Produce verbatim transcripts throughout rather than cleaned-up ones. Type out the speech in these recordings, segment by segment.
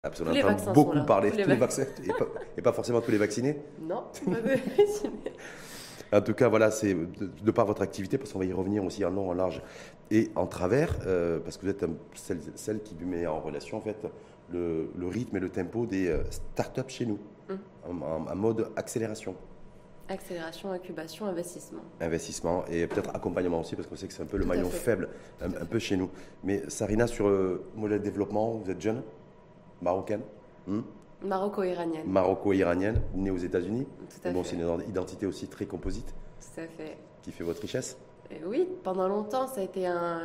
Parce Tous qu'on les entend vaccins sont beaucoup là. parler, Tous tous les les vaccins, et pas, et pas forcément tous les vaccinés. Non, pas de vaccinés. En tout cas, voilà, c'est de, de par votre activité, parce qu'on va y revenir aussi en long, en large et en travers, euh, parce que vous êtes un- celle, celle qui met en relation en fait le, le rythme et le tempo des euh, startups chez nous, Hum. en, en- en mode accélération, Accélération, incubation, investissement. investissement et peut-être accompagnement aussi, parce qu'on sait que c'est un peu le Tout à maillon fait. faible, un, Tout à un fait. peu chez nous. Mais Sarina, sur le modèle de développement, vous êtes jeune, marocaine, hmm Maroco-iranienne. maroco-iranienne, née aux États-Unis. Tout à Bon, fait. c'est une identité aussi très composite Tout à fait. qui fait votre richesse. Et oui, pendant longtemps, ça a été un,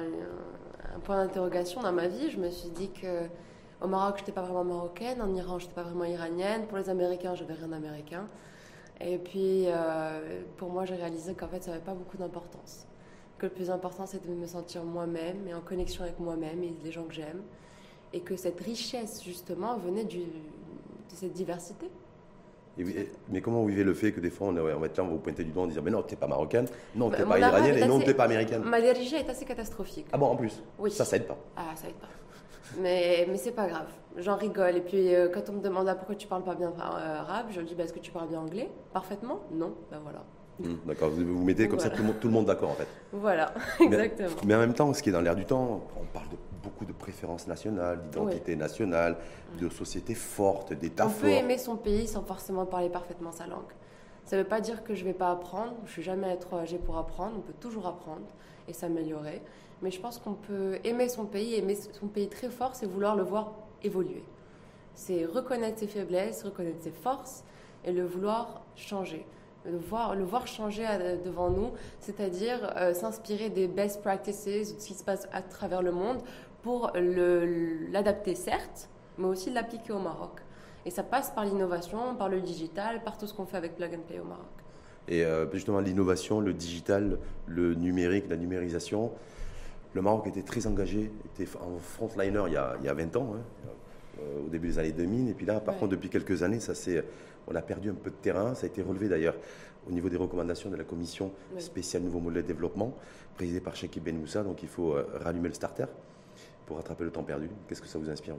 un point d'interrogation dans ma vie. Je me suis dit que au Maroc, je n'étais pas vraiment marocaine, en Iran, je n'étais pas vraiment iranienne. Pour les Américains, je n'avais rien d'américain. Et puis, euh, pour moi, j'ai réalisé qu'en fait, ça n'avait pas beaucoup d'importance. Que le plus important, c'était de me sentir moi-même et en connexion avec moi-même et les gens que j'aime. Et que cette richesse, justement, venait du, de cette diversité. Et oui, et- mais comment vous vivez le fait que des fois on, est- on va être là, on va vous pointer du doigt en disant mais non, t'es pas marocaine, non, Bah, t'es mon pas arabe iranienne est et non, assez- t'es pas américaine. Ma dérija est assez catastrophique. Ah bon, en plus Oui. Ça, ça aide pas. Ah, ça aide pas. Mais, mais c'est pas grave. J'en rigole. Et puis, euh, quand on me demande ah, pourquoi tu parles pas bien euh, arabe, je dis bah, est-ce que tu parles bien anglais parfaitement? Non. Ben voilà. Hmm, D'accord, vous vous mettez comme ça Voilà. tout le monde, tout le monde d'accord en fait. Voilà, Mais- exactement. Mais, en même temps, ce qui est dans l'air du temps, on parle de beaucoup de préférences nationales, d'identité nationale, de sociétés fortes, d'États On forts. peut aimer son pays sans forcément parler parfaitement sa langue. Ça ne veut pas dire que je ne vais pas apprendre. Je ne suis jamais trop âgée pour apprendre. On peut toujours apprendre et s'améliorer. Mais je pense qu'on peut aimer son pays, aimer son pays très fort, c'est vouloir le voir évoluer. C'est reconnaître ses faiblesses, reconnaître ses forces et le vouloir changer. Le voir, le voir changer à- devant nous, c'est-à-dire euh, s'inspirer des best practices, de ce qui se passe à travers le monde, pour le- l'adapter certes, mais aussi l'appliquer au Maroc. Et ça passe par l'innovation, par le digital, par tout ce qu'on fait avec Plug and Play au Maroc. Et euh, justement, l'innovation, le digital, le numérique, la numérisation. Le Maroc était très engagé, était en frontliner il y a, il y a vingt ans, hein, euh, au début des années deux mille. Et puis là, par Ouais. contre, depuis quelques années, ça s'est- on a perdu un peu de terrain. Ça a été relevé d'ailleurs au niveau des recommandations de la commission Oui. spéciale Nouveau Modèle de Développement, présidée par Cheikh Ben Moussa. Donc il faut euh, rallumer le starter pour rattraper le temps perdu. Qu'est-ce que ça vous inspire?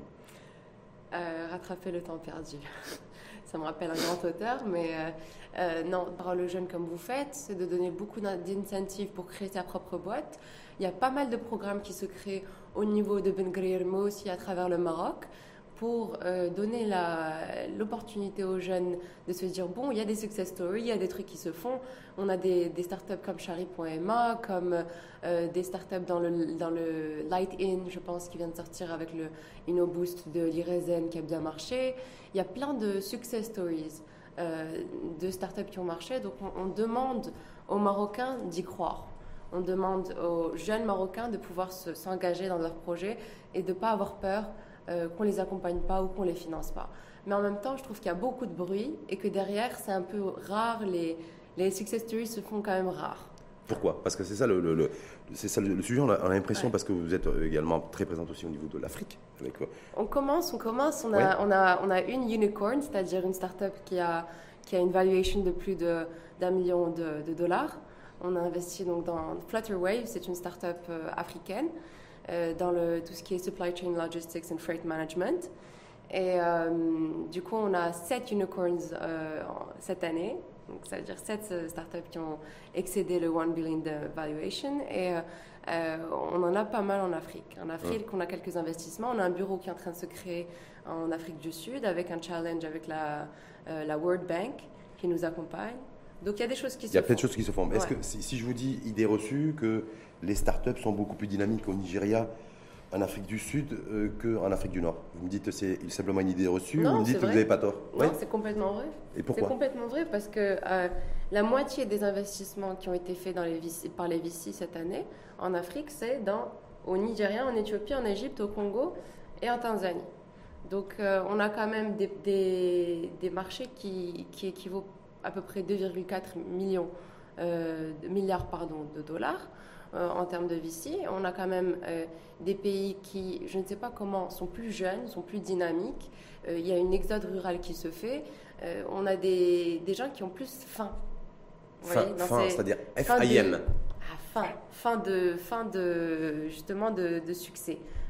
Euh, rattraper le temps perdu. Ça me rappelle un grand auteur, mais euh, euh, non, par le jeune comme vous faites, c'est de donner beaucoup d'in- d'incentives pour créer sa propre boîte. Il y a pas mal de programmes qui se créent au niveau de Ben Grir, mais aussi à travers le Maroc, pour euh, donner la- l'opportunité aux jeunes de se dire, bon, il y a des success stories, il y a des trucs qui se font. On a des, des startups comme Chari point M A, comme euh, des startups dans le, dans le Light In, je pense, qui vient de sortir avec le InnoBoost de l'Irezen qui a bien marché. Il y a plein de success stories euh, de startups qui ont marché. Donc on, on demande aux Marocains d'y croire. On demande aux jeunes Marocains de pouvoir se- s'engager dans leurs projets et de ne pas avoir peur euh, qu'on ne les accompagne pas ou qu'on ne les finance pas. Mais en même temps, je trouve qu'il y a beaucoup de bruit et que derrière, c'est un peu rare. Les, les success stories se font quand même rares. Pourquoi? Parce que c'est ça le, le- le- c'est ça le, le sujet, on a, on a l'impression, Ouais. parce que vous êtes également très présente aussi au niveau de l'Afrique. Avec, euh, On commence, on commence. On a, Ouais. on a, on a une unicorn, c'est-à-dire une startup qui a, qui a une valuation de plus de, d'un million de, de dollars. On a investi donc dans Flutterwave, c'est une startup euh, africaine euh, dans le, tout ce qui est supply chain logistics and freight management. Et euh, du coup, on a sept unicorns euh, en- cette année. Donc, ça veut dire sept euh, startups qui ont excédé le one billion de valuation. Et euh, euh, on en a pas mal en Afrique. En Afrique, on a quelques investissements. On a un bureau qui est en train de se créer en Afrique du Sud avec un challenge avec la, euh, la World Bank qui nous accompagne. Donc, il y a des choses qui se Il y a font. plein de choses qui se font. Est-ce Ouais. que si, si je vous dis idée reçue que les startups sont beaucoup plus dynamiques au Nigeria, en Afrique du Sud, euh, qu'en Afrique du Nord? Vous me dites que c'est simplement une idée reçue, Non, vous me dites c'est que vous vrai. n'avez pas tort. Non, Ouais. c'est complètement vrai. Et C'est pourquoi? complètement vrai parce que euh, la moitié des investissements qui ont été faits dans les V C, par les V C cette année en Afrique, c'est dans, au Nigeria, en Éthiopie, en Égypte, au Congo et en Tanzanie. Donc euh, on a quand même des, des, des marchés qui, qui équivaut à peu près deux virgule quatre millions euh, de milliards pardon, de dollars euh, en termes de V C. On a quand même euh, des pays qui, je ne sais pas comment, sont plus jeunes, sont plus dynamiques. Euh, il y a une exode rurale qui se fait. Euh, on a des, des gens qui ont plus faim. Vous Fin, voyez, dans fin, ces- c'est-à-dire fin F I M. du- ah, fin, fin de, fin de, justement de, de succès.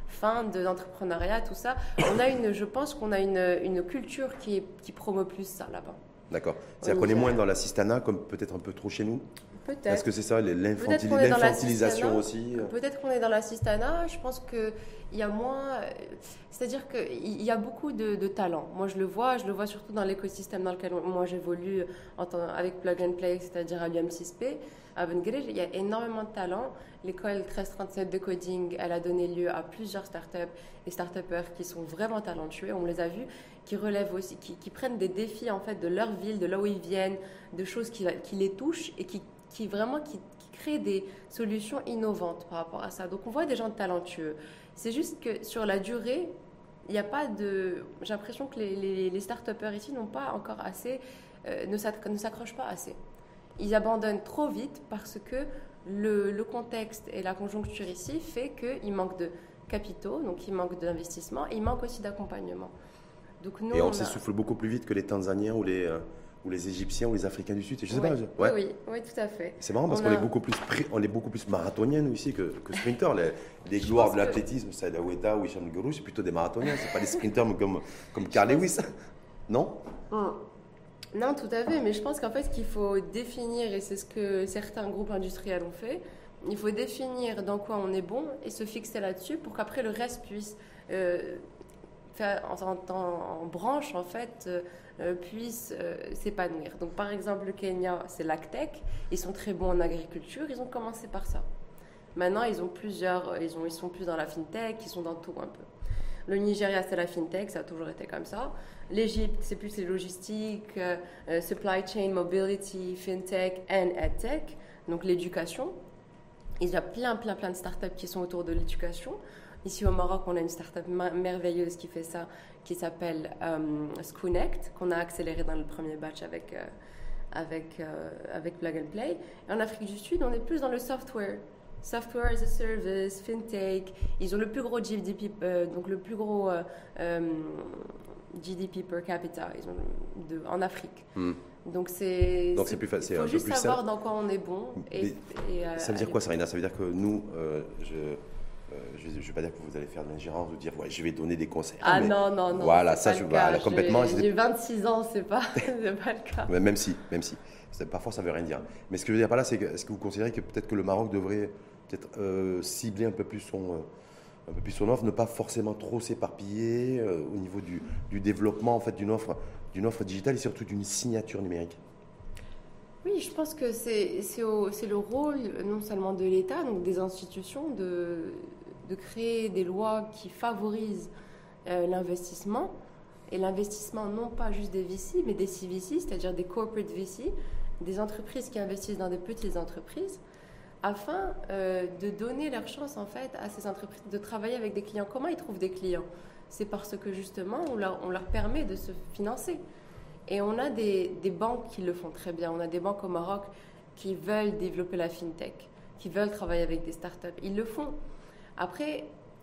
fin de l'entrepreneuriat, tout ça. On a une, je pense qu'on a une, une culture qui, est, qui promeut plus ça là-bas. D'accord. C'est-à-dire qu'on est moins dans l'assistanat, comme peut-être un peu trop chez nous. Peut-être. Est-ce que c'est ça, l'infantilisation aussi? Peut-être qu'on est dans l'assistanat. Je pense qu'il y a moins. C'est-à-dire qu'il y a beaucoup de, de talent. Moi, je le vois. Je le vois surtout dans l'écosystème dans lequel moi j'évolue en tant, avec Plug and Play, c'est-à-dire à l'U M six P. À Ben Guerej, il y a énormément de talent. L'école treize trente-sept de coding, elle a donné lieu à plusieurs startups et start-upers qui sont vraiment talentueux. On les a vus, qui relèvent aussi, qui, qui prennent des défis en fait de leur ville, de là où ils viennent, de choses qui, qui les touchent et qui qui vraiment qui, qui crée des solutions innovantes par rapport à ça. Donc on voit des gens talentueux. C'est juste que sur la durée, il n'y a pas de... J'ai l'impression que les, les, les start-upers ici n'ont pas encore assez, euh, ne s'accrochent pas assez. Ils abandonnent trop vite parce que le, le contexte et la conjoncture ici fait qu'il manque de capitaux, donc il manque d'investissement et il manque aussi d'accompagnement. Donc nous, et on, on s'essouffle a... beaucoup plus vite que les Tanzaniens ou les... Euh... ou les Égyptiens ou les Africains du Sud, je sais oui, pas. Ouais. Oui, oui, tout à fait. C'est marrant parce on qu'on a... est beaucoup plus on est beaucoup plus marathoniens nous ici que, que sprinters. Les, les gloires de l'athlétisme, Saïd Aoueta ou Hicham Gourou, c'est plutôt des marathoniens, c'est pas des sprinters comme comme Carl Lewis, non? Hum. Non, tout à fait. Mais je pense qu'en fait, ce qu'il faut définir, et c'est ce que certains groupes industriels ont fait, il faut définir dans quoi on est bon et se fixer là-dessus pour qu'après le reste puisse euh, faire en, en, en branche en fait. Euh, puissent euh, s'épanouir. Donc, par exemple, le Kenya, c'est l'agtech. Ils sont très bons en agriculture. Ils ont commencé par ça. Maintenant, ils ont plusieurs. Ils, ont, ils sont plus dans la fintech. Ils sont dans tout un peu. Le Nigeria, c'est la fintech. Ça a toujours été comme ça. L'Égypte, c'est plus les logistiques, euh, supply chain, mobility, fintech and edtech. Donc, l'éducation. Il y a plein, plein, plein de startups qui sont autour de l'éducation. Ici au Maroc, on a une start-up merveilleuse qui fait ça, qui s'appelle um, Schoonect, qu'on a accéléré dans le premier batch avec, euh, avec, euh, avec Plug and Play. Et en Afrique du Sud, on est plus dans le software. Software as a service, fintech. Ils ont le plus gros G D P, euh, donc le plus gros euh, euh, G D P per capita ils ont de, en Afrique. Mm. Donc c'est donc c'est plus facile. Il faut juste savoir dans quoi on est bon. Et, et, euh, ça veut dire quoi, Sarina? Ça veut dire que nous, euh, je Euh, je ne vais pas dire que vous allez faire de l'ingérence ou dire ouais, je vais donner des conseils. Ah mais non, non, non. Voilà, ça, je voilà, complètement. J'ai vingt-six ans, c'est pas, c'est pas le cas. Mais même si, même si. Parfois, ça ne veut rien dire. Mais ce que je veux dire par là, c'est que est-ce que vous considérez que peut-être que le Maroc devrait peut-être euh, cibler un peu plus son, euh, un peu plus son offre, ne pas forcément trop s'éparpiller euh, au niveau du, du développement en fait, d'une offre, d'une offre digitale et surtout d'une signature numérique? Oui, je pense que c'est, c'est, au, c'est le rôle non seulement de l'État, donc des institutions, de, de créer des lois qui favorisent euh, l'investissement. Et l'investissement, non pas juste des V C, mais des C V C, c'est-à-dire des corporate V C, des entreprises qui investissent dans des petites entreprises, afin euh, de donner leur chance en fait à ces entreprises de travailler avec des clients. Comment ils trouvent des clients? C'est parce que justement, on leur, on leur permet de se financer. Et on a des, des banques qui le font très bien. On a des banques au Maroc qui veulent développer la fintech, qui veulent travailler avec des startups. Ils le font. Après,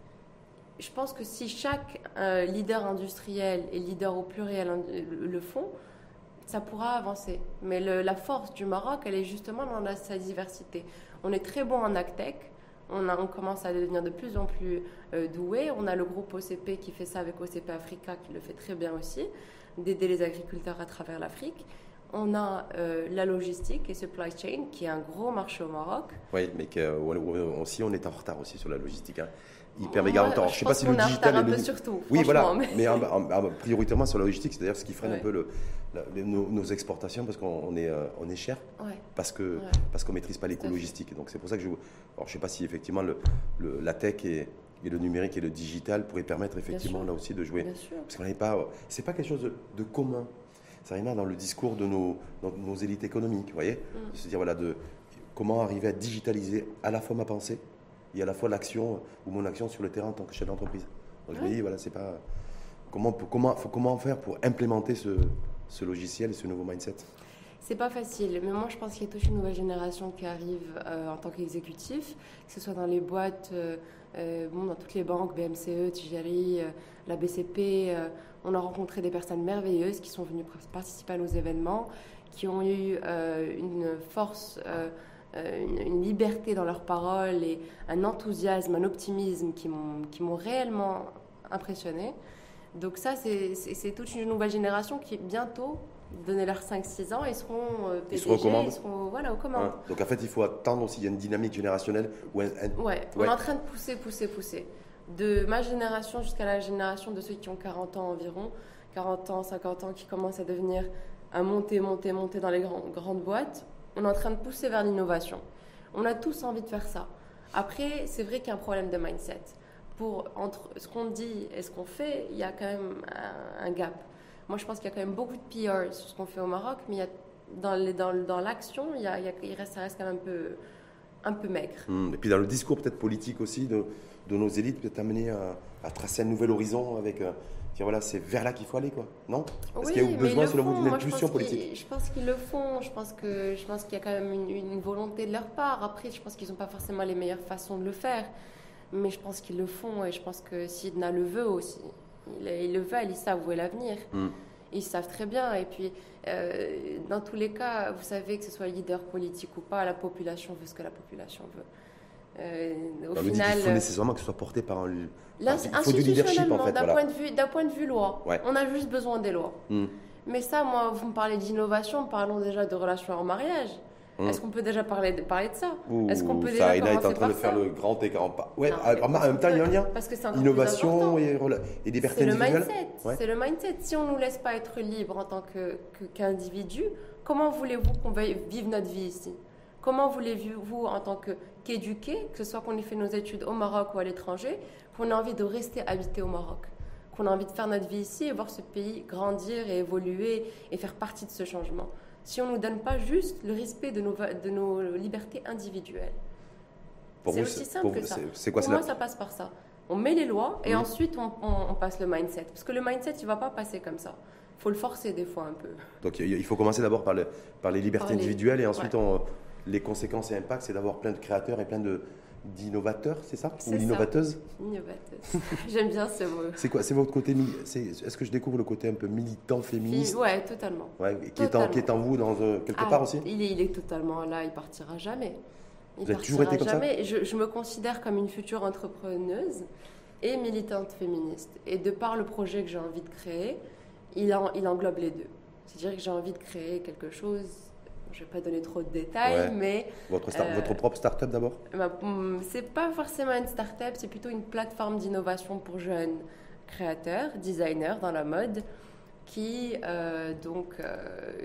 je pense que si chaque euh, leader industriel et leader au pluriel le, le font, ça pourra avancer. Mais le, la force du Maroc, elle est justement dans la, sa diversité. On est très bon en agtech. On, a, on commence à devenir de plus en plus euh, doué. On a le groupe O C P qui fait ça avec O C P Africa, qui le fait très bien aussi, d'aider les agriculteurs à travers l'Afrique. On a euh, la logistique et supply chain, qui est un gros marché au Maroc. Oui, mais que, euh, aussi, on est en retard aussi sur la logistique. Hein. Hyper méga longtemps. Je, je sais pas si le digital est un peu surtout. Oui, voilà. Mais, mais en, en, en, prioritairement sur la logistique, c'est-à-dire ce qui freine ouais. un peu le, la, les, nos, nos exportations parce qu'on on est, euh, on est cher, ouais. parce que ouais. parce qu'on maîtrise pas l'éco-logistique. Donc c'est pour ça que je. Alors je sais pas si effectivement le, le, la tech et, et le numérique et le digital pourraient permettre effectivement là aussi de jouer. Parce qu'on n'est pas. C'est pas quelque chose de, de commun. Ça arrive dans le discours de nos, dans nos élites économiques, vous voyez, mm. de se dire voilà de comment arriver à digitaliser à la fois ma pensée et à la fois l'action ou mon action sur le terrain en tant que chef d'entreprise. Donc ouais. je me dis, voilà, c'est pas. Comment, comment, faut, comment faire pour implémenter ce, ce logiciel et ce nouveau mindset? C'est pas facile, mais moi je pense qu'il y a toute une nouvelle génération qui arrive euh, en tant qu'exécutif, que ce soit dans les boîtes, euh, euh, bon, dans toutes les banques, B M C E, Tijari, euh, la B C P. Euh, on a rencontré des personnes merveilleuses qui sont venues participer à nos événements, qui ont eu euh, une force. Euh, euh, une, une liberté dans leurs paroles et un enthousiasme, un optimisme qui m'ont, qui m'ont réellement impressionné. Donc ça, c'est, c'est, c'est toute une nouvelle génération qui, bientôt, donner leurs cinq six ans, ils seront euh, P D G, ils seront aux commandes. Ils seront, voilà, aux commandes. Hein. Donc en fait, il faut attendre aussi, il y a une dynamique générationnelle. Où un, un... Ouais, on ouais. est en train de pousser, pousser, pousser. De ma génération jusqu'à la génération de ceux qui ont quarante ans environ, quarante ans, cinquante ans, qui commencent à devenir, à monter, monter, monter dans les grands, grandes boîtes. On est en train de pousser vers l'innovation. On a tous envie de faire ça. Après, c'est vrai qu'il y a un problème de mindset. Pour, entre ce qu'on dit et ce qu'on fait, il y a quand même un, un gap. Moi, je pense qu'il y a quand même beaucoup de P R sur ce qu'on fait au Maroc, mais il y a, dans, les, dans, dans l'action, il, y a, il, y a, il reste, ça reste quand même un peu, un peu maigre. Mmh. Et puis dans le discours peut-être politique aussi de, de nos élites, peut-être amener à, à tracer un nouvel horizon avec... Euh, dire voilà, c'est vers là qu'il faut aller, quoi. Non? Est-ce oui, qu'il y a eu besoin, selon vous, d'une Moi, impulsion politique? Je pense qu'ils le font. Je pense, que, je pense qu'il y a quand même une, une volonté de leur part. Après, je pense qu'ils n'ont pas forcément les meilleures façons de le faire. Mais je pense qu'ils le font. Et je pense que Sidna le veut aussi. Ils, ils le veulent, ils savent où est l'avenir. Mm. Ils savent très bien. Et puis, euh, dans tous les cas, vous savez que ce soit leader politique ou pas, la population veut ce que la population veut. Euh, au final, dit, il faut nécessairement que ce soit porté par un... Il faut du leadership, en fait. D'un voilà. point, point de vue loi, ouais. on a juste besoin des lois. Mm. Mais ça, moi, vous me parlez d'innovation, parlons déjà de relations en mariage. Mm. Est-ce qu'on peut déjà parler de, parler de ça? Ouh, Est-ce qu'on peut déjà Sarina est en train de faire ça? Le grand écart. Ouais, non, en même temps, il y a un lien. Parce que c'est innovation et, et liberté individuelle. Ouais. C'est le mindset. Si on ne nous laisse pas être libre en tant que, que, qu'individu, comment voulez-vous qu'on veuille vivre notre vie ici? Comment voulez-vous, en tant qu'éduqués, que ce soit qu'on ait fait nos études au Maroc ou à l'étranger, qu'on ait envie de rester habité au Maroc, qu'on a envie de faire notre vie ici et voir ce pays grandir et évoluer et faire partie de ce changement? Si on ne nous donne pas juste le respect de nos, de nos libertés individuelles. Pour c'est vous, aussi simple pour que ça. C'est quoi, pour c'est moi, la... ça passe par ça. On met les lois et mmh. ensuite on, on, on passe le mindset. Parce que le mindset, il ne va pas passer comme ça. Il faut le forcer des fois un peu. Donc il faut commencer d'abord par, le, par les libertés par les... individuelles et ensuite ouais. on... les conséquences et impacts, c'est d'avoir plein de créateurs et plein de, d'innovateurs, c'est ça? C'est Ou innovateuse? Innovateuse. J'aime bien ce mot. C'est quoi? C'est votre côté... C'est, est-ce que je découvre le côté un peu militant, féministe? Oui, totalement. Ouais, qui, totalement. Est en, qui est en vous, dans, euh, quelque ah, part aussi? il est, il est totalement là, il partira jamais. Il vous avez toujours été comme jamais. ça? je, je me considère comme une future entrepreneuse et militante féministe. Et de par le projet que j'ai envie de créer, il, en, il englobe les deux. C'est-à-dire que j'ai envie de créer quelque chose... Je ne vais pas donner trop de détails, ouais. mais... Votre, start, euh, votre propre start-up d'abord? bah, Ce n'est pas forcément une start-up, c'est plutôt une plateforme d'innovation pour jeunes créateurs, designers dans la mode, qui, euh, donc, euh,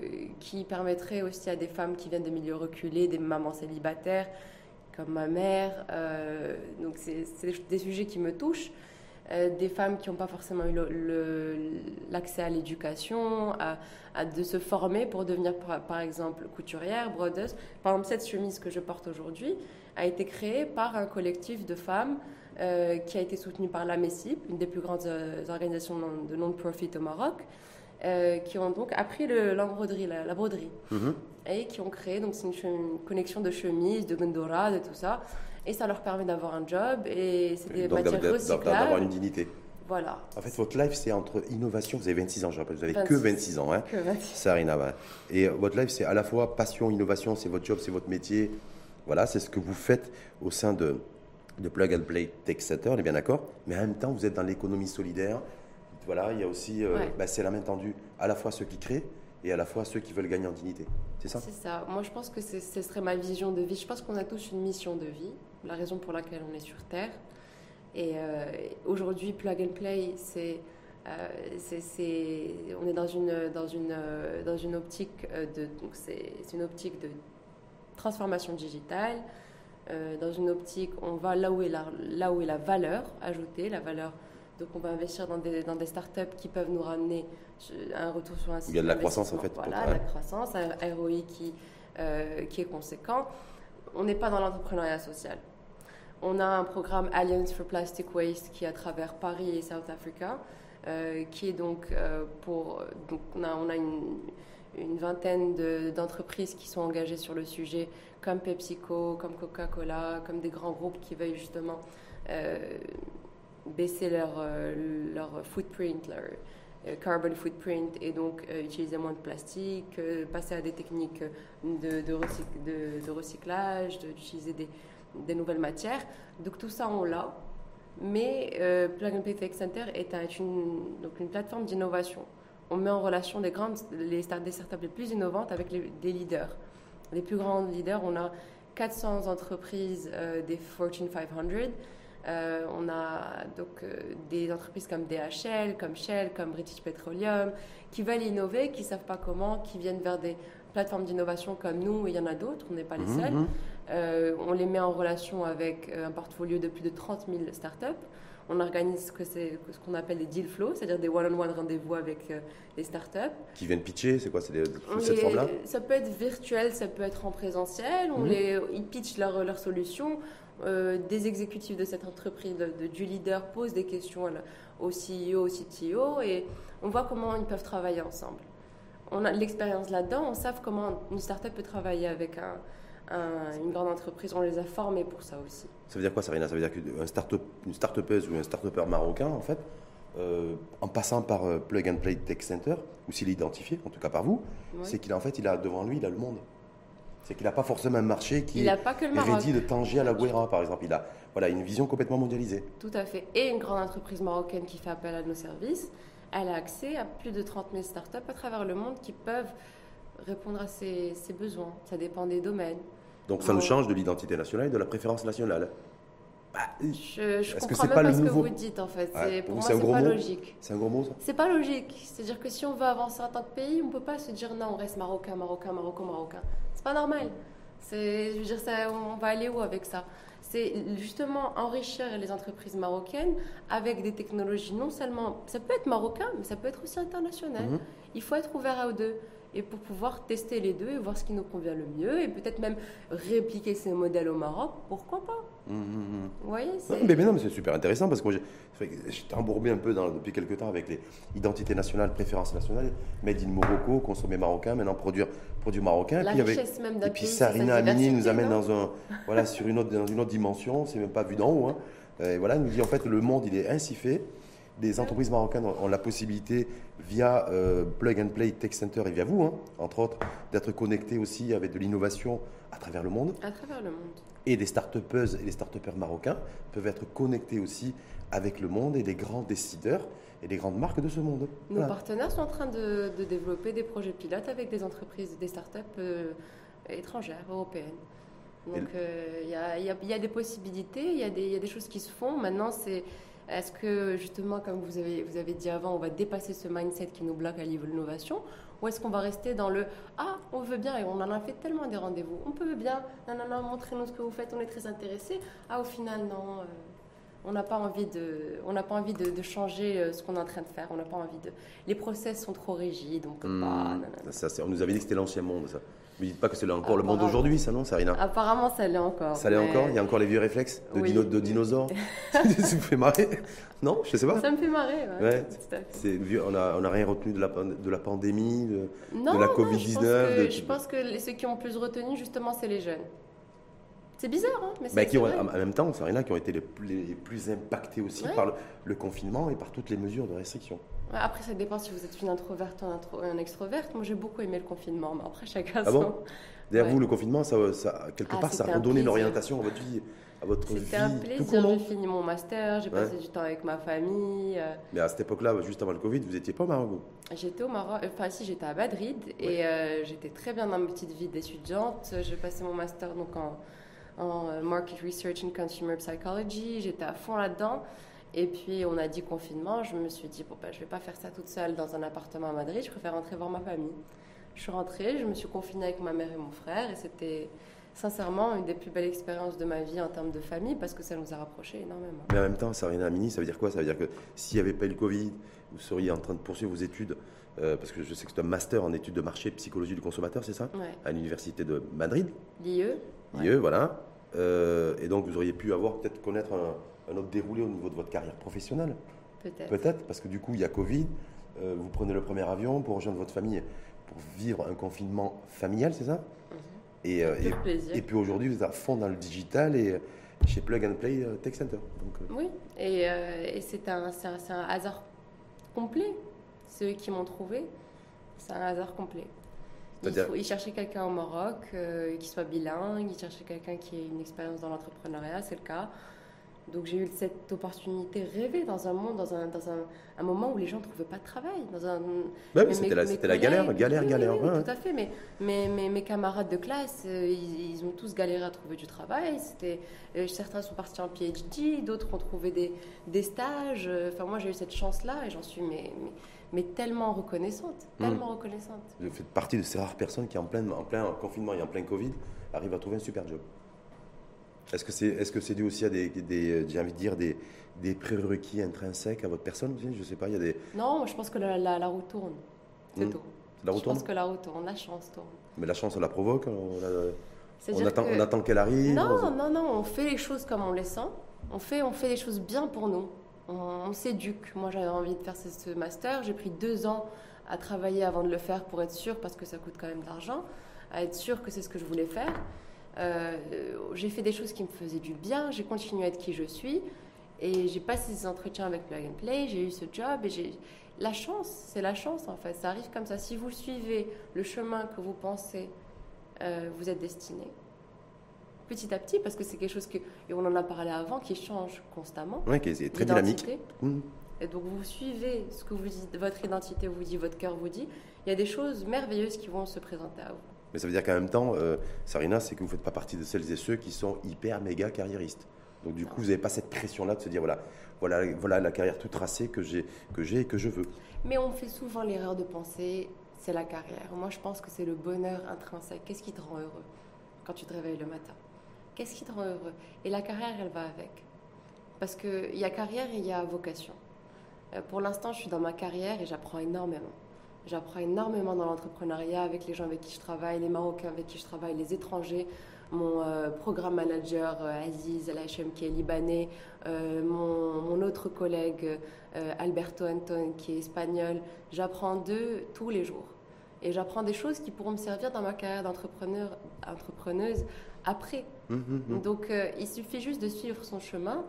qui permettrait aussi à des femmes qui viennent de milieux reculés, des mamans célibataires, comme ma mère. Euh, donc c'est, c'est des sujets qui me touchent. Euh, des femmes qui n'ont pas forcément eu le, le, l'accès à l'éducation, à, à de se former pour devenir, par, par exemple, couturière, brodeuse. Par exemple, cette chemise que je porte aujourd'hui a été créée par un collectif de femmes euh, qui a été soutenu par la MESIP, une des plus grandes euh, organisations de non-profit au Maroc, euh, qui ont donc appris le, l'embroderie, la, la broderie, mm-hmm. et qui ont créé, donc c'est une, une connexion de chemises, de gondora, de tout ça. Et ça leur permet d'avoir un job et c'est des donc, matières recyclables. D'avoir une dignité. Voilà. En fait, votre life, c'est entre innovation. Vous avez vingt-six ans, je rappelle. Vous avez vingt-six. Que vingt-six ans, hein, que vingt-six. Sarina. Ouais. Et votre life, c'est à la fois passion, innovation, c'est votre job, c'est votre métier. Voilà, c'est ce que vous faites au sein de, de Plug and Play Tech Center, on est bien d'accord. Mais en même temps, vous êtes dans l'économie solidaire. Voilà, il y a aussi, euh, ouais. bah, c'est la main tendue, à la fois ceux qui créent et à la fois ceux qui veulent gagner en dignité. C'est ça? C'est ça. Moi, je pense que c'est, ce serait ma vision de vie. Je pense qu'on a tous une mission de vie, la raison pour laquelle on est sur Terre. Et euh, aujourd'hui, Plug and Play, c'est, euh, c'est, c'est, on est dans une, dans une, dans une optique de, donc c'est, c'est une optique de transformation digitale. Euh, dans une optique, on va là où est la, là où est la valeur ajoutée, la valeur. Donc, on va investir dans des, dans des startups qui peuvent nous ramener un retour sur un site. Il y a de la croissance, en fait. Voilà, de la croissance, un R O I qui, euh, qui est conséquent. On n'est pas dans l'entrepreneuriat social. On a un programme Alliance for Plastic Waste qui est à travers Paris et South Africa, euh, qui est donc euh, pour... Donc, on a, on a une, une vingtaine de, d'entreprises qui sont engagées sur le sujet, comme PepsiCo, comme Coca-Cola, comme des grands groupes qui veulent justement... Euh, baisser leur, euh, leur footprint, leur, euh, carbon footprint et donc euh, utiliser moins de plastique, euh, passer à des techniques de, de, recyc- de, de recyclage, de- d'utiliser des, des nouvelles matières. Donc tout ça, on l'a. Mais euh, Plug and Play Tech Center est un- une, donc une plateforme d'innovation. On met en relation des, grandes, les start, des startups les plus innovantes avec les, des leaders. Les plus grands leaders, on a quatre cents entreprises euh, des Fortune cinq cents. Euh, on a donc euh, des entreprises comme D H L, comme Shell, comme British Petroleum, qui veulent innover, qui ne savent pas comment, qui viennent vers des plateformes d'innovation comme nous, et il y en a d'autres, on n'est pas les seuls. Mmh. Euh, on les met en relation avec euh, un portfolio de plus de trente mille startups. On organise ce, que c'est, ce qu'on appelle des deal flows, c'est-à-dire des one-on-one rendez-vous avec euh, les startups. Qui viennent pitcher, c'est quoi? C'est des- On cette les- forme-là? Ça peut être virtuel, ça peut être en présentiel. On Mhm. les, ils pitchent leurs leur solutions. Euh, des exécutifs de cette entreprise, de, de- du leader, posent des questions à la- au C E O, au C T O, et on voit comment ils peuvent travailler ensemble. On a de l'expérience là-dedans, on sait comment une startup peut travailler avec un, un- une grande entreprise. On les a formés pour ça aussi. Ça veut dire quoi, Sarina? Ça veut dire qu'une start-up, une start-upeuse ou un start-upper marocain, en fait, euh, en passant par euh, Plug and Play Tech Center, ou s'il est identifié, en tout cas par vous, Ouais. c'est qu'il a, en fait, il a devant lui, il a le monde. C'est qu'il n'a pas forcément un marché qui Il est n'a pas que le Maroc. rédi de Tanger à la Guéra, par exemple. Il a voilà, une vision complètement mondialisée. Tout à fait. Et une grande entreprise marocaine qui fait appel à nos services, elle a accès à plus de trente mille startups à travers le monde qui peuvent répondre à ses, ses besoins. Ça dépend des domaines. Donc ça nous Ouais. change de l'identité nationale et de la préférence nationale. Bah, Je, je Est-ce que comprends c'est même pas pas, le ce nouveau- que vous dites en fait. Ouais, C'est- pour pour vous, moi, c'est un c'est gros pas mot logique. c'est un gros mot, ça? C'est pas logique. C'est-à-dire que si on veut avancer en tant que pays, on peut pas se dire non, on reste marocain, marocain, marocain, marocain. C'est pas normal. C'est, je veux dire, ça, on va aller où avec ça? C'est justement enrichir les entreprises marocaines avec des technologies non seulement, ça peut être marocain, mais ça peut être aussi international. Mhm. Il faut être ouvert aux deux. Et pour pouvoir tester les deux et voir ce qui nous convient le mieux et peut-être même répliquer ces modèles au Maroc, pourquoi pas? Mhm, mhm. Vous voyez, Ouais, c'est... mais, mais non, mais c'est super intéressant parce que moi, j'ai c'est vrai que j'étais embourbé un peu dans- depuis quelques temps avec les identités nationales, préférences nationales, made in Morocco, consommé marocain, maintenant produire, produit marocain. La puis avec- richesse même d'un et puis pays, c'est Sarina sa Amini nous diversité, amène non dans, un, voilà, sur une autre, dans une autre dimension, c'est même pas vu d'en haut. Hein. Et voilà, elle nous dit en fait le monde il est ainsi fait. Les entreprises marocaines ont, ont la possibilité, via euh, Plug and Play Tech Center et via vous, hein, entre autres, d'être connectées aussi avec de l'innovation à travers le monde. À travers le monde. Et les start-upeuses et les start-upers marocains peuvent être connectés aussi avec le monde et les grands décideurs et les grandes marques de ce monde. Nos Voilà. partenaires sont en train de, de développer des projets pilotes avec des entreprises, des startups euh, étrangères, européennes. Donc il y, a, y a- y a des possibilités, il y, a des- y a des choses qui se font. Maintenant, c'est est-ce que justement, comme vous avez, vous avez dit avant, on va dépasser ce mindset qui nous bloque à l'innovation, ou est-ce qu'on va rester dans le ah, on veut bien et on en a fait tellement des rendez-vous, on peut bien, non, non, non, montrez-nous ce que vous faites, on est très intéressés. Ah, au final, non. euh, On n'a pas envie de, on n'a pas envie de, de changer euh, ce qu'on est en train de faire. On n'a pas envie de. Les process sont trop rigides. On peut Hmm, pas. non, non, non. ça, c'est- on nous avait dit que c'était l'ancien monde, ça. Ne dites pas que c'est encore le monde Apparemment. d'aujourd'hui, ça, non, Sarina? Apparemment, ça l'est encore. Ça l'est mais- encore? Il y a encore les vieux réflexes de, Oui. dino- de dinosaures? Ça vous fait marrer? Non, je sais pas. Ça me fait marrer. Ouais, Ouais. tout à fait. C'est vieux, on n'a on a rien retenu de la, pan- de la pandémie, de, Non, de la non, covid je pense dix-neuf. que, de- je pense que les- ceux qui ont plus retenu, justement, c'est les jeunes. C'est bizarre, hein, mais c'est Bah, qui c'est ont, vrai. en même temps, Sarina, qui ont été les plus, les plus impactés aussi Ouais. par le, le confinement et par toutes les mesures de restriction. Ouais, après, ça dépend si vous êtes une introverte ou un, intro- un extroverte. Moi, j'ai beaucoup aimé le confinement, mais après, chacun Ah bon son. D'ailleurs, Ouais. vous, le confinement, ça, ça- quelque Ah, part, ça c'était a un redonné une plaisir. orientation à votre vie, à votre vie. C'était un tout plaisir. court, non J'ai fini mon master, j'ai Ouais. passé du temps avec ma famille. euh, Mais à cette époque-là, juste avant le Covid, vous n'étiez pas au Maroc, vous? J'étais au Maroc, enfin si, j'étais à Madrid et euh, j'étais très bien dans ma petite vie d'étudiante. J'ai passé mon master donc en, en euh, Market Research and Consumer Psychology. J'étais à fond là-dedans. Et puis on a dit confinement. Je me suis dit, bon, ben, je vais pas faire ça toute seule dans un appartement à Madrid. Je préfère rentrer voir ma famille. Je suis rentrée, je me suis confinée avec ma mère et mon frère et c'était sincèrement une des plus belles expériences de ma vie en termes de famille parce que ça nous a rapprochés énormément. Mais en même temps, Sarina Amini, ça veut dire quoi? Ça veut dire que s'il n'y avait pas eu le Covid, vous seriez en train de poursuivre vos études, euh, parce que je sais que c'est un master en études de marché et psychologie du consommateur, c'est ça? Ouais. À l'université de Madrid, L'I E, I E, voilà. Euh, et donc, vous auriez pu avoir, peut-être connaître un, un autre déroulé au niveau de votre carrière professionnelle. peut-être. Peut-être, parce que du coup, il y a Covid, euh, vous prenez le premier avion pour rejoindre votre famille, pour vivre un confinement familial, c'est ça? Mhm. et, euh, Pur et, plaisir. et puis aujourd'hui, vous êtes à fond dans le digital et euh, chez Plug and Play euh, Tech Center. Donc, euh, Oui, et, euh, et c'est un, c'est un, c'est un hasard complet. c'est eux qui m'ont trouvé. C'est un hasard complet. Ils, C'est-à-dire... ils cherchaient quelqu'un au Maroc euh, qui soit bilingue, ils cherchaient quelqu'un qui ait une expérience dans l'entrepreneuriat, c'est le cas. Donc j'ai eu cette opportunité rêvée dans un monde, dans un, dans un, un moment où les gens ne trouvaient pas de travail. Dans un, ouais, mais c'était, la, c'était la galère, galère, oui, galère. Oui, oui, ouais. Tout à fait, mais, mais, mais mes camarades de classe, euh, ils, ils ont tous galéré à trouver du travail. C'était, euh, certains sont partis en P H D, d'autres ont trouvé des, des stages. Enfin, moi j'ai eu cette chance-là et j'en suis mais, mais, mais tellement reconnaissante, tellement mmh. reconnaissante. Vous faites partie de ces rares personnes qui en plein, en plein confinement et en plein Covid arrivent à trouver un super job. Est-ce que c'est, est-ce que c'est dû aussi à des, des, j'ai envie de dire, des, des prérequis intrinsèques à votre personne? Je ne sais pas, il y a des... Non, je pense que la, la, la roue tourne, c'est mmh. tout. La roue je tourne? pense que la roue tourne, la chance tourne. Mais la chance, on la provoque on, la, on, attend, que... on attend qu'elle arrive? Non, on... non, non, on fait les choses comme on les sent. On fait, on fait les choses bien pour nous. On, on s'éduque. Moi, j'avais envie de faire ce, ce master. J'ai pris deux ans à travailler avant de le faire pour être sûre, parce que ça coûte quand même de l'argent, à être sûre que c'est ce que je voulais faire. Euh, j'ai fait des choses qui me faisaient du bien, j'ai continué à être qui je suis et j'ai passé ces entretiens avec Plug and Play, j'ai eu ce job et j'ai la chance, c'est la chance en fait, ça arrive comme ça. Si vous suivez le chemin que vous pensez, euh, vous êtes destiné petit à petit, parce que c'est quelque chose que, et on en a parlé avant, qui change constamment. Oui, qui est très dynamique. Mmh. Et donc vous suivez ce que vous dites, votre identité vous dit, votre cœur vous dit, il y a des choses merveilleuses qui vont se présenter à vous. Mais ça veut dire qu'en même temps, euh, Sarina, c'est que vous ne faites pas partie de celles et ceux qui sont hyper, méga carriéristes. Donc du coup, vous n'avez pas cette pression-là de se dire, voilà, voilà, voilà la carrière toute tracée que j'ai, que j'ai et que je veux. Mais on fait souvent l'erreur de penser, c'est la carrière. Moi, je pense que c'est le bonheur intrinsèque. Qu'est-ce qui te rend heureux quand tu te réveilles le matin? Qu'est-ce qui te rend heureux? Et la carrière, elle va avec. Parce qu'il y a carrière et il y a vocation. Euh, pour l'instant, je suis dans ma carrière et j'apprends énormément. J'apprends énormément dans l'entrepreneuriat avec les gens avec qui je travaille, les Marocains avec qui je travaille, les étrangers. Mon euh, programme manager euh, Aziz El Hachem qui est libanais, euh, mon, mon autre collègue euh, Alberto Anton qui est espagnol. J'apprends d'eux tous les jours. Et j'apprends des choses qui pourront me servir dans ma carrière d'entrepreneur, entrepreneuse après. Mmh, mmh. Donc euh, il suffit juste de suivre son chemin.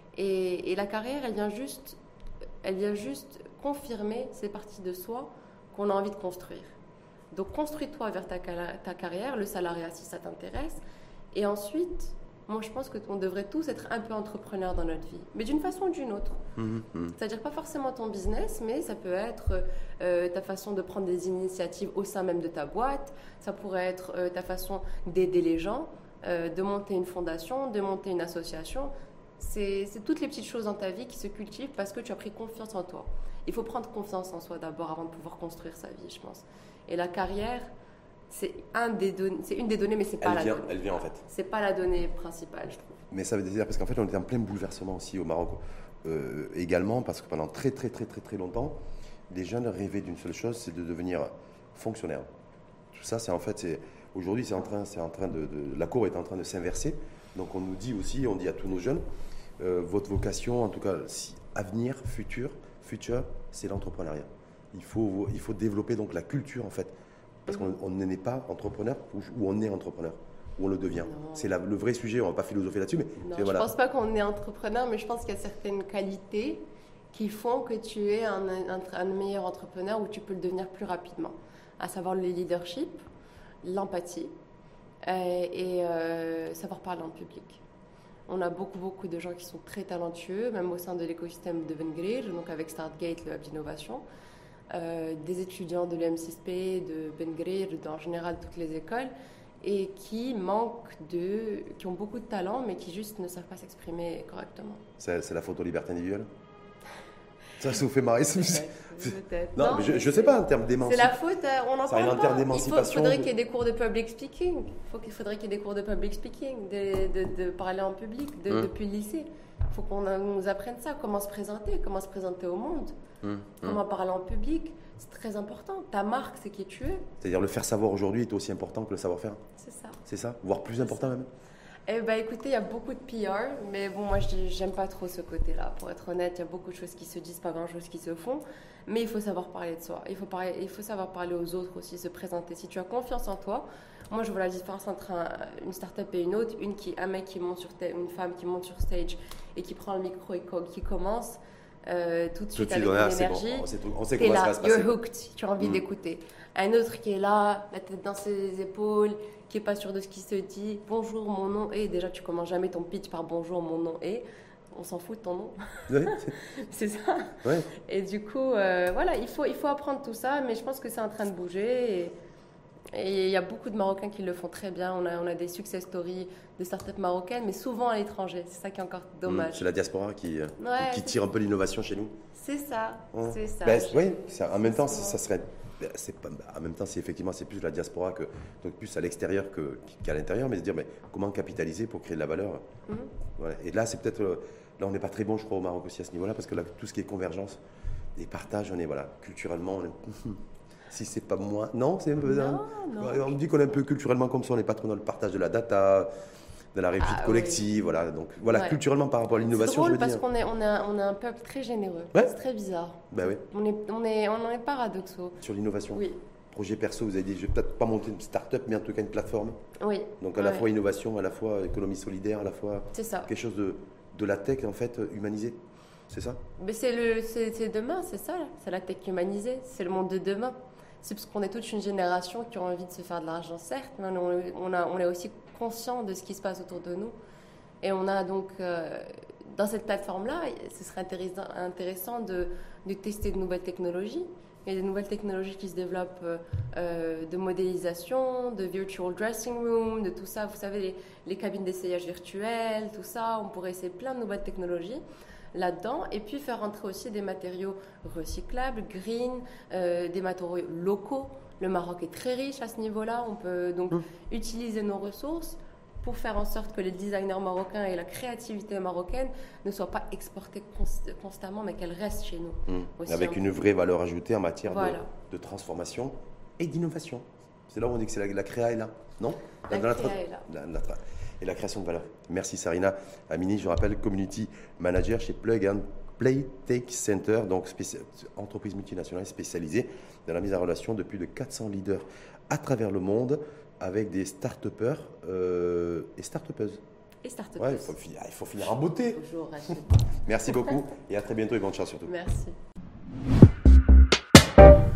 Et, et la carrière, elle vient juste, elle vient juste confirmer ces parties de soi qu'on a envie de construire. Donc, construis-toi vers ta, ta carrière, le salariat si ça t'intéresse. Et ensuite, moi, je pense qu'on devrait tous être un peu entrepreneurs dans notre vie, mais d'une façon ou d'une autre. Mmh, mmh. C'est-à-dire pas forcément ton business, mais ça peut être euh, ta façon de prendre des initiatives au sein même de ta boîte. Ça pourrait être euh, ta façon d'aider les gens, euh, de monter une fondation, de monter une association. C'est, c'est toutes les petites choses dans ta vie qui se cultivent parce que tu as pris confiance en toi. Il faut prendre confiance en soi d'abord avant de pouvoir construire sa vie, je pense. Et la carrière, c'est, un des don- c'est une des données, mais c'est pas elle la vient, donnée. Elle vient en fait. C'est pas la donnée principale, je trouve. Mais ça veut dire, parce qu'en fait, on était en plein bouleversement aussi au Maroc. Euh, également, parce que pendant très, très, très, très, très longtemps, les jeunes rêvaient d'une seule chose, c'est de devenir fonctionnaire. Tout ça, c'est en fait, c'est, aujourd'hui, c'est en train, c'est en train de, de, la cour est en train de s'inverser. Donc, on nous dit aussi, on dit à tous nos jeunes, euh, votre vocation, en tout cas, si, avenir, futur, futur, c'est l'entrepreneuriat. Il faut, il faut développer donc la culture, en fait. Parce qu'on on n'est pas entrepreneur où on est entrepreneur, où on le devient. Non. C'est la, le vrai sujet, on ne va pas philosopher là-dessus. Mais non, voilà. Je ne pense pas qu'on est entrepreneur, mais je pense qu'il y a certaines qualités qui font que tu es un, un, un meilleur entrepreneur ou tu peux le devenir plus rapidement. À savoir le leadership, l'empathie euh, et euh, savoir parler en public. On a beaucoup, beaucoup de gens qui sont très talentueux, même au sein de l'écosystème de Bengrir, donc avec Startgate, le hub d'innovation. Euh, des étudiants de l'U M C S P, de Bengrir, en général toutes les écoles, et qui manquent de, qui ont beaucoup de talent, mais qui juste ne savent pas s'exprimer correctement. C'est, c'est la faute aux libertés individuelles. Ça, ça vous fait marrer. Peut-être. Peut-être. Non, non, mais je ne sais pas en termes d'émancipation. C'est la faute, on en parle pas. Il faut, faudrait qu'il y ait des cours de public speaking. Il faut qu'il faudrait qu'il y ait des cours de public speaking, de, de, de parler en public de, hum. depuis le lycée. Il faut qu'on nous apprenne ça, comment se présenter, comment se présenter au monde, hum. comment hum. parler en public. C'est très important. Ta marque, c'est qui tu es. C'est-à-dire le faire savoir aujourd'hui est aussi important que le savoir-faire. C'est ça. C'est ça, voire plus c'est important ça. Même. Eh ben, écoutez, il y a beaucoup de P R, mais bon, moi, je j'aime pas trop ce côté-là. Pour être honnête, il y a beaucoup de choses qui se disent, pas grand-chose qui se font. Mais il faut savoir parler de soi. Il faut, parler, il faut savoir parler aux autres aussi, se présenter. Si tu as confiance en toi, moi, je vois la différence entre un, une start-up et une autre. Une qui, un mec qui monte sur ta- une femme qui monte sur stage et qui prend le micro et qui commence. euh, tout de Tout suite de avec suite, une ah, c'est bon, énergie. on sait, tout- on sait T'es comment ça va là, se passer. you're hooked, tu as envie Mm. d'écouter. Un autre qui est là, la tête dans ses épaules, qui est pas sûr de ce qu'il se dit. Bonjour, mon nom est. Déjà, tu commences jamais ton pitch par bonjour, mon nom est. On s'en fout de ton nom. Ouais, C'est ça. ouais. Et du coup, euh, voilà, il faut, il faut apprendre tout ça, mais je pense que c'est en train de bouger. Et et il y a beaucoup de Marocains qui le font très bien. On a, on a des success stories de startups marocaines, mais souvent à l'étranger. C'est ça qui est encore Mm. dommage. C'est la diaspora qui, euh, Ouais, qui c'est- tire un peu l'innovation chez nous. C'est ça, Ouais. c'est ça. Ben, Je- oui, ça- en même temps, souvent. ça serait. ben, c'est pas, en même temps, c'est effectivement, c'est plus la diaspora que donc plus à l'extérieur que, qu'à l'intérieur, mais se dire, mais comment capitaliser pour créer de la valeur. Mhm. Voilà. Et là, c'est peut-être, euh, là, on n'est pas très bon, je crois, au Maroc aussi à ce niveau-là, parce que là, tout ce qui est convergence et partage, on est voilà, culturellement, on est- si c'est pas moi, non, c'est un peu ça. Non, non. Ouais, on me dit qu'on est un peu culturellement comme ça, on n'est pas trop dans le partage de la data, de la réussite Ah, collective, voilà. Donc voilà, Ouais. culturellement par rapport à C'est l'innovation, je drôle veux parce dire. qu'on est, on est, un- on est un peuple très généreux. Ouais. C'est très bizarre. Ben oui, On est, on est, on en est paradoxaux. sur l'innovation. Oui, Projet perso, vous avez dit, je vais peut-être pas monter une start-up, mais en tout cas une plateforme. oui. Donc à la Ouais. fois innovation, à la fois économie solidaire, à la fois C'est ça. quelque chose de, de la tech en fait humanisé. C'est ça? Mais c'est le, c'est, c'est demain, c'est ça. là. C'est la tech humanisée. C'est le monde de demain. C'est parce qu'on est toute une génération qui a envie de se faire de l'argent, certes, mais on, on, a, on est aussi conscient de ce qui se passe autour de nous. Et on a donc, euh, dans cette plateforme-là, ce serait intéressant, intéressant de, de tester de nouvelles technologies. Il y a des nouvelles technologies qui se développent euh, euh, de modélisation, de virtual dressing room, de tout ça. Vous savez, les, les cabines d'essayage virtuelles, tout ça. On pourrait essayer plein de nouvelles technologies là-dedans. Et puis faire entrer aussi des matériaux recyclables, green, euh, des matériaux locaux. Le Maroc est très riche à ce niveau-là. On peut donc Mmh. utiliser nos ressources pour faire en sorte que les designers marocains et la créativité marocaine ne soient pas exportés const- constamment, mais qu'elles restent chez nous. Mm. Aussi, Avec hein. une vraie valeur ajoutée en matière de- Voilà. de, transformation et d'innovation. C'est là où on dit que c'est la, la créa est là, non? La Dans créa tra- est là. la- la tra- et la création de valeur. Merci Sarina Amini, je rappelle, Community Manager chez Plug and Play Tech Center, donc spéci- entreprise multinationale spécialisée dans la mise en relation de plus de quatre cents leaders à travers le monde avec des start-upers euh, et start-upeuses. Et start-up. Ouais, il faut, finir, il faut finir en beauté. Toujours, Rachid. Merci beaucoup et à très bientôt et bonne chance surtout. Merci.